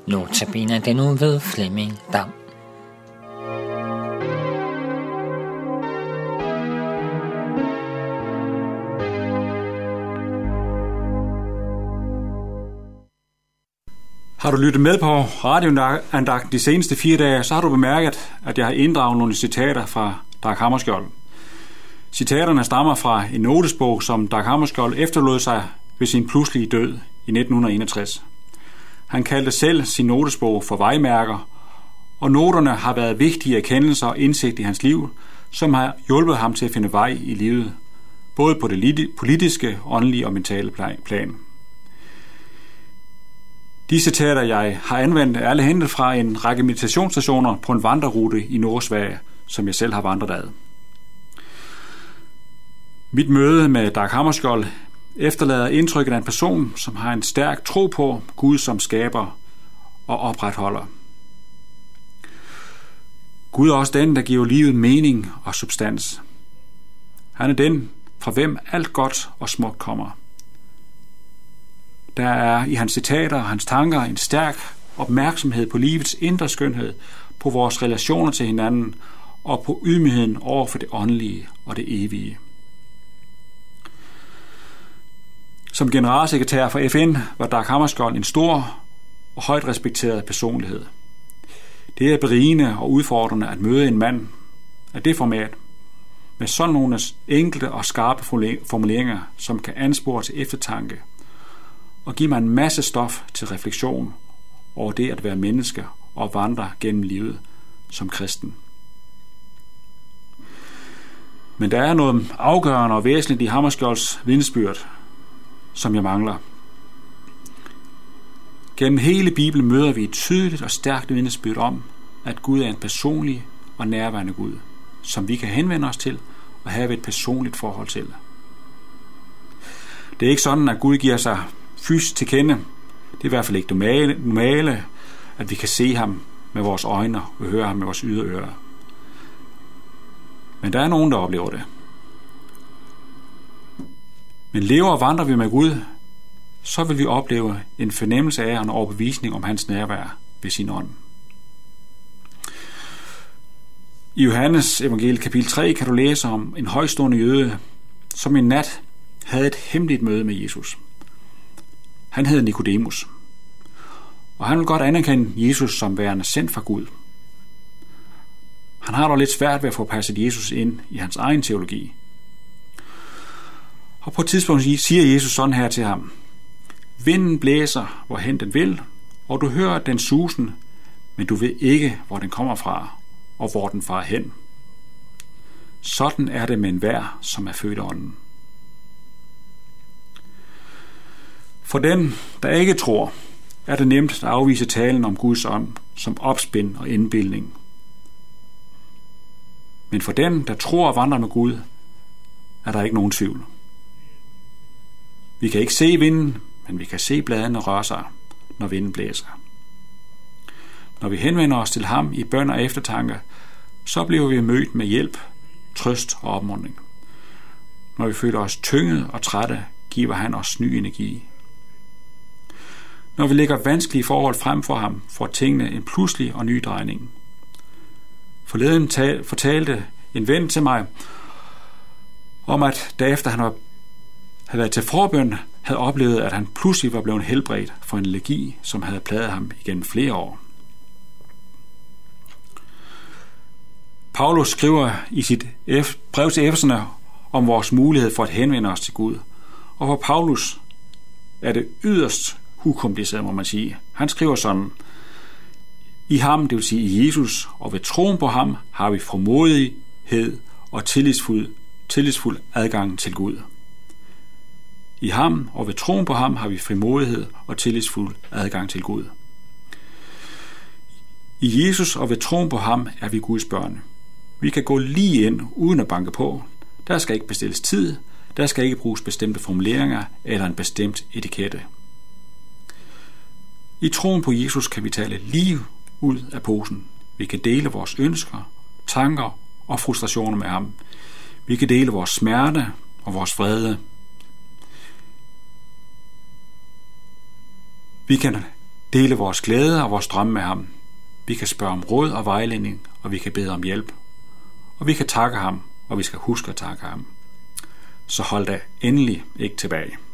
Notabene den uge ved Flemming Dam. Har du lyttet med på radioandagten de seneste 4 dage, så har du bemærket, at jeg har inddraget nogle citater fra Dag Hammarskjöld. Citaterne stammer fra en notesbog, som Dag Hammarskjöld efterlod sig ved sin pludselige død i 1961. Han kaldte selv sin notesbog for vejmærker, og noterne har været vigtige erkendelser og indsigt i hans liv, som har hjulpet ham til at finde vej i livet, både på det politiske, åndelige og mentale plan. De citater, jeg har anvendt, er alle hentet fra en række meditationsstationer på en vandrerute i Nordsverige, som jeg selv har vandret ad. Mit møde med Dag Hammarskjöld efterlader indtrykket af en person, som har en stærk tro på Gud som skaber og opretholder. Gud er også den, der giver livet mening og substans. Han er den, fra hvem alt godt og smukt kommer. Der er i hans citater og hans tanker en stærk opmærksomhed på livets indre skønhed, på vores relationer til hinanden og på ydmygheden over for det åndelige og det evige. Som generalsekretær for FN var Dag Hammarskjöld en stor og højt respekteret personlighed. Det er berigende og udfordrende at møde en mand af det format, med sådan nogle enkelte og skarpe formuleringer, som kan anspore til eftertanke og give mig en masse stof til refleksion over det at være menneske og vandre gennem livet som kristen. Men der er noget afgørende og væsentligt i Hammarskjölds vidnesbyrd, som jeg mangler. Gennem hele Bibelen møder vi et tydeligt og stærkt vidnesbyrd om, at Gud er en personlig og nærværende Gud, som vi kan henvende os til og have et personligt forhold til. Det er ikke sådan, at Gud giver sig fysisk til kende. Det er i hvert fald ikke normale, at vi kan se ham med vores øjne og høre ham med vores ydre ører. Men der er nogen, der oplever det. Men lever og vandrer vi med Gud, så vil vi opleve en fornemmelse af og en overbevisning om hans nærvær ved sin ånd. I Johannes evangeliet kapitel 3 kan du læse om en højstående jøde, som en nat havde et hemmeligt møde med Jesus. Han hed Nikodemus, og han vil godt anerkende Jesus som værende sendt fra Gud. Han har dog lidt svært ved at få passet Jesus ind i hans egen teologi. Og på et tidspunkt siger Jesus sådan her til ham: Vinden blæser, hvorhen den vil, og du hører den susen, men du ved ikke, hvor den kommer fra, og hvor den farer hen. Sådan er det med enhver, som er født af ånden. For den, der ikke tror, er det nemt at afvise talen om Guds ånd som opspind og indbildning. Men for den, der tror og vandrer med Gud, er der ikke nogen tvivl. Vi kan ikke se vinden, men vi kan se bladene røre sig, når vinden blæser. Når vi henvender os til ham i bøn og eftertanke, så bliver vi mødt med hjælp, trøst og opmuntring. Når vi føler os tynget og trætte, giver han os ny energi. Når vi lægger vanskelige forhold frem for ham, får tingene en pludselig og ny drejning. Forleden fortalte en ven til mig om, at da efter han havde været til forbøn, havde oplevet, at han pludselig var blevet helbredt for en allergi, som havde plaget ham igennem flere år. Paulus skriver i sit brev til Efeserne om vores mulighed for at henvende os til Gud. Og for Paulus er det yderst ukompliceret, må man sige. Han skriver sådan: I ham, det vil sige i Jesus, og ved troen på ham, har vi frimodighed og tillidsfuld adgang til Gud. I ham og ved troen på ham har vi frimodighed og tillidsfuld adgang til Gud. I Jesus og ved troen på ham er vi Guds børn. Vi kan gå lige ind uden at banke på. Der skal ikke bestilles tid. Der skal ikke bruges bestemte formuleringer eller en bestemt etikette. I troen på Jesus kan vi tale lige ud af posen. Vi kan dele vores ønsker, tanker og frustrationer med ham. Vi kan dele vores smerte og vores vrede. Vi kan dele vores glæde og vores drømme med ham. Vi kan spørge om råd og vejledning, og vi kan bede om hjælp. Og vi kan takke ham, og vi skal huske at takke ham. Så hold da endelig ikke tilbage.